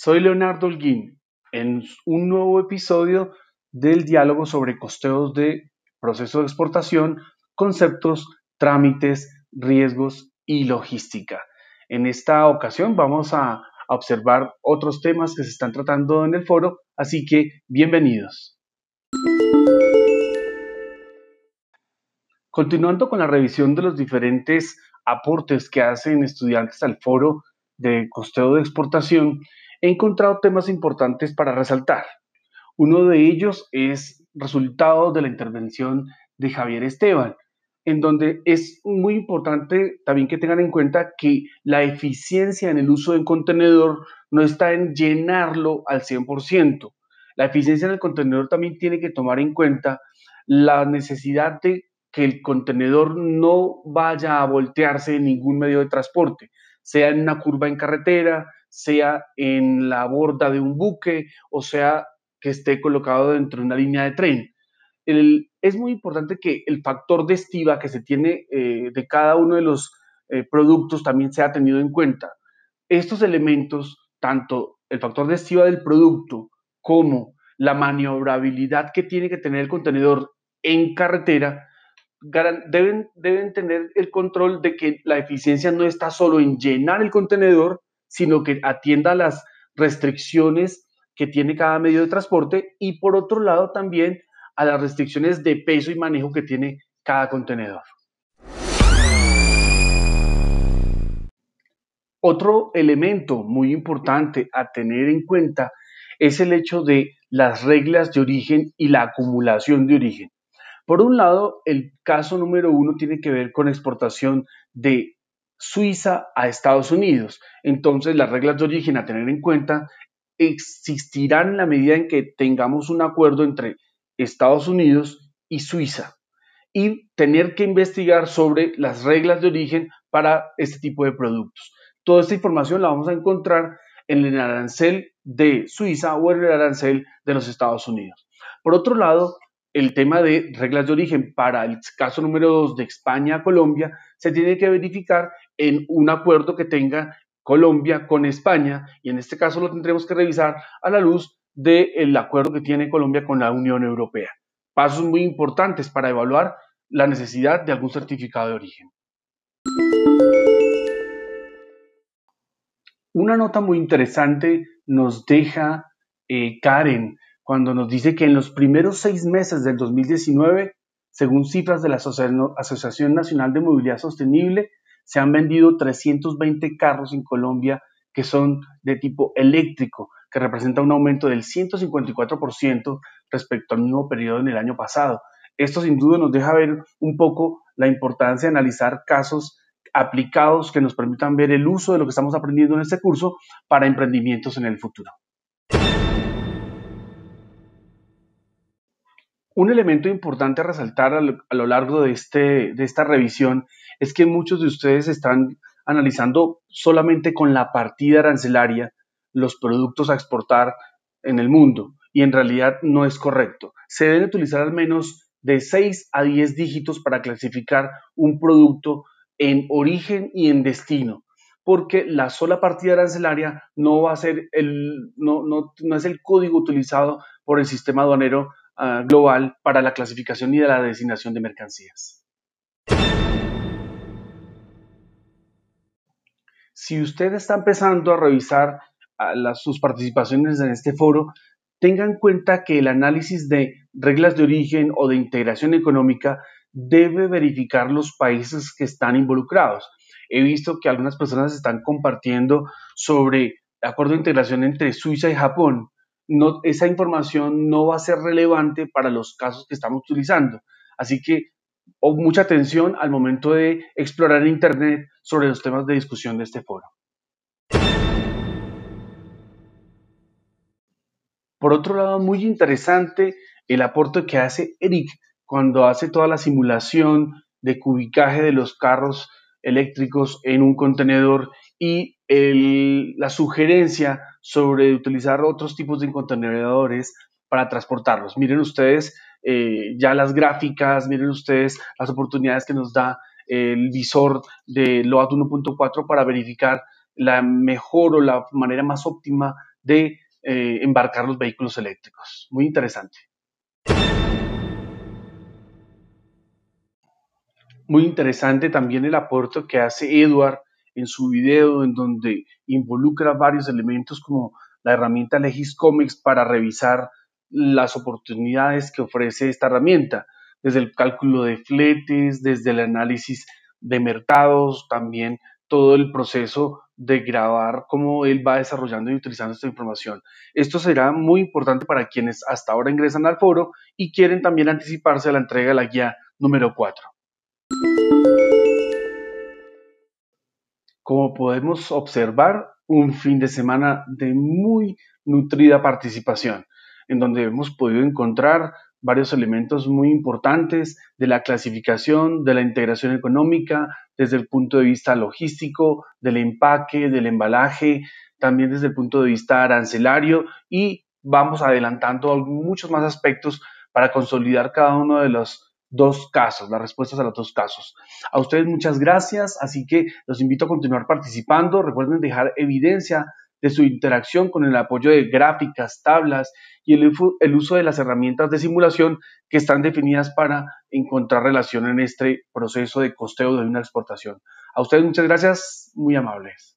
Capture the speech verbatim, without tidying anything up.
Soy Leonardo Holguín en un nuevo episodio del diálogo sobre costeos de proceso de exportación, conceptos, trámites, riesgos y logística. En esta ocasión vamos a, a observar otros temas que se están tratando en el foro, así que bienvenidos. Continuando con la revisión de los diferentes aportes que hacen estudiantes al foro de costeo de exportación, he encontrado temas importantes para resaltar. Uno de ellos es resultado de la intervención de Javier Esteban, en donde es muy importante también que tengan en cuenta que la eficiencia en el uso del contenedor no está en llenarlo al cien por ciento. La eficiencia en el contenedor también tiene que tomar en cuenta la necesidad de que el contenedor no vaya a voltearse en ningún medio de transporte, sea en una curva en carretera, sea en la borda de un buque o sea que esté colocado dentro de una línea de tren. El, es muy importante que el factor de estiva que se tiene eh, de cada uno de los eh, productos también sea tenido en cuenta. Estos elementos, tanto el factor de estiva del producto como la maniobrabilidad que tiene que tener el contenedor en carretera, deben, deben tener el control de que la eficiencia no está solo en llenar el contenedor, sino que atienda a las restricciones que tiene cada medio de transporte y por otro lado también a las restricciones de peso y manejo que tiene cada contenedor. Otro elemento muy importante a tener en cuenta es el hecho de las reglas de origen y la acumulación de origen. Por un lado, el caso número uno tiene que ver con exportación de Suiza a Estados Unidos. Entonces, las reglas de origen a tener en cuenta existirán en la medida en que tengamos un acuerdo entre Estados Unidos y Suiza y tener que investigar sobre las reglas de origen para este tipo de productos. Toda esta información la vamos a encontrar en el arancel de Suiza o en el arancel de los Estados Unidos. Por otro lado, el tema de reglas de origen para el caso número dos de España a Colombia se tiene que verificar en un acuerdo que tenga Colombia con España y en este caso lo tendremos que revisar a la luz del acuerdo que tiene Colombia con la Unión Europea. Pasos muy importantes para evaluar la necesidad de algún certificado de origen. Una nota muy interesante nos deja eh, Karen cuando nos dice que en los primeros seis meses del dos mil diecinueve, según cifras de la Asociación Nacional de Movilidad Sostenible, se han vendido trescientos veinte carros en Colombia que son de tipo eléctrico, que representa un aumento del ciento cincuenta y cuatro por ciento respecto al mismo periodo en el año pasado. Esto sin duda nos deja ver un poco la importancia de analizar casos aplicados que nos permitan ver el uso de lo que estamos aprendiendo en este curso para emprendimientos en el futuro. Un elemento importante a resaltar a lo, a lo largo de, este, de esta revisión es que muchos de ustedes están analizando solamente con la partida arancelaria los productos a exportar en el mundo y en realidad no es correcto. Se deben utilizar al menos de seis a diez dígitos para clasificar un producto en origen y en destino, porque la sola partida arancelaria no va a ser el, no, no, no es el código utilizado por el sistema aduanero uh, global para la clasificación y de la designación de mercancías. Si usted está empezando a revisar uh, las, sus participaciones en este foro, tenga en cuenta que el análisis de reglas de origen o de integración económica debe verificar los países que están involucrados. He visto que algunas personas están compartiendo sobre acuerdo de integración entre Suiza y Japón. No, esa información no va a ser relevante para los casos que estamos utilizando. Así que oh, mucha atención al momento de explorar en Internet sobre los temas de discusión de este foro. Por otro lado, muy interesante el aporte que hace Eric cuando hace toda la simulación de cubicaje de los carros eléctricos en un contenedor y el, la sugerencia sobre utilizar otros tipos de contenedores para transportarlos. Miren ustedes eh, ya las gráficas, miren ustedes las oportunidades que nos da el visor de LOAD uno punto cuatro para verificar la mejor o la manera más óptima de eh, embarcar los vehículos eléctricos. Muy interesante. Muy interesante también el aporte que hace Edward en su video, en donde involucra varios elementos como la herramienta Legiscomics para revisar las oportunidades que ofrece esta herramienta, desde el cálculo de fletes, desde el análisis de mercados, también todo el proceso de grabar cómo él va desarrollando y utilizando esta información. Esto será muy importante para quienes hasta ahora ingresan al foro y quieren también anticiparse a la entrega de la guía número cuatro. Como podemos observar, un fin de semana de muy nutrida participación, en donde hemos podido encontrar varios elementos muy importantes de la clasificación, de la integración económica, desde el punto de vista logístico, del empaque, del embalaje, también desde el punto de vista arancelario, y vamos adelantando muchos más aspectos para consolidar cada uno de los dos casos, las respuestas a los dos casos. A ustedes muchas gracias, así que los invito a continuar participando. Recuerden dejar evidencia de su interacción con el apoyo de gráficas, tablas y el, el uso de las herramientas de simulación que están definidas para encontrar relación en este proceso de costeo de una exportación. A ustedes muchas gracias, muy amables.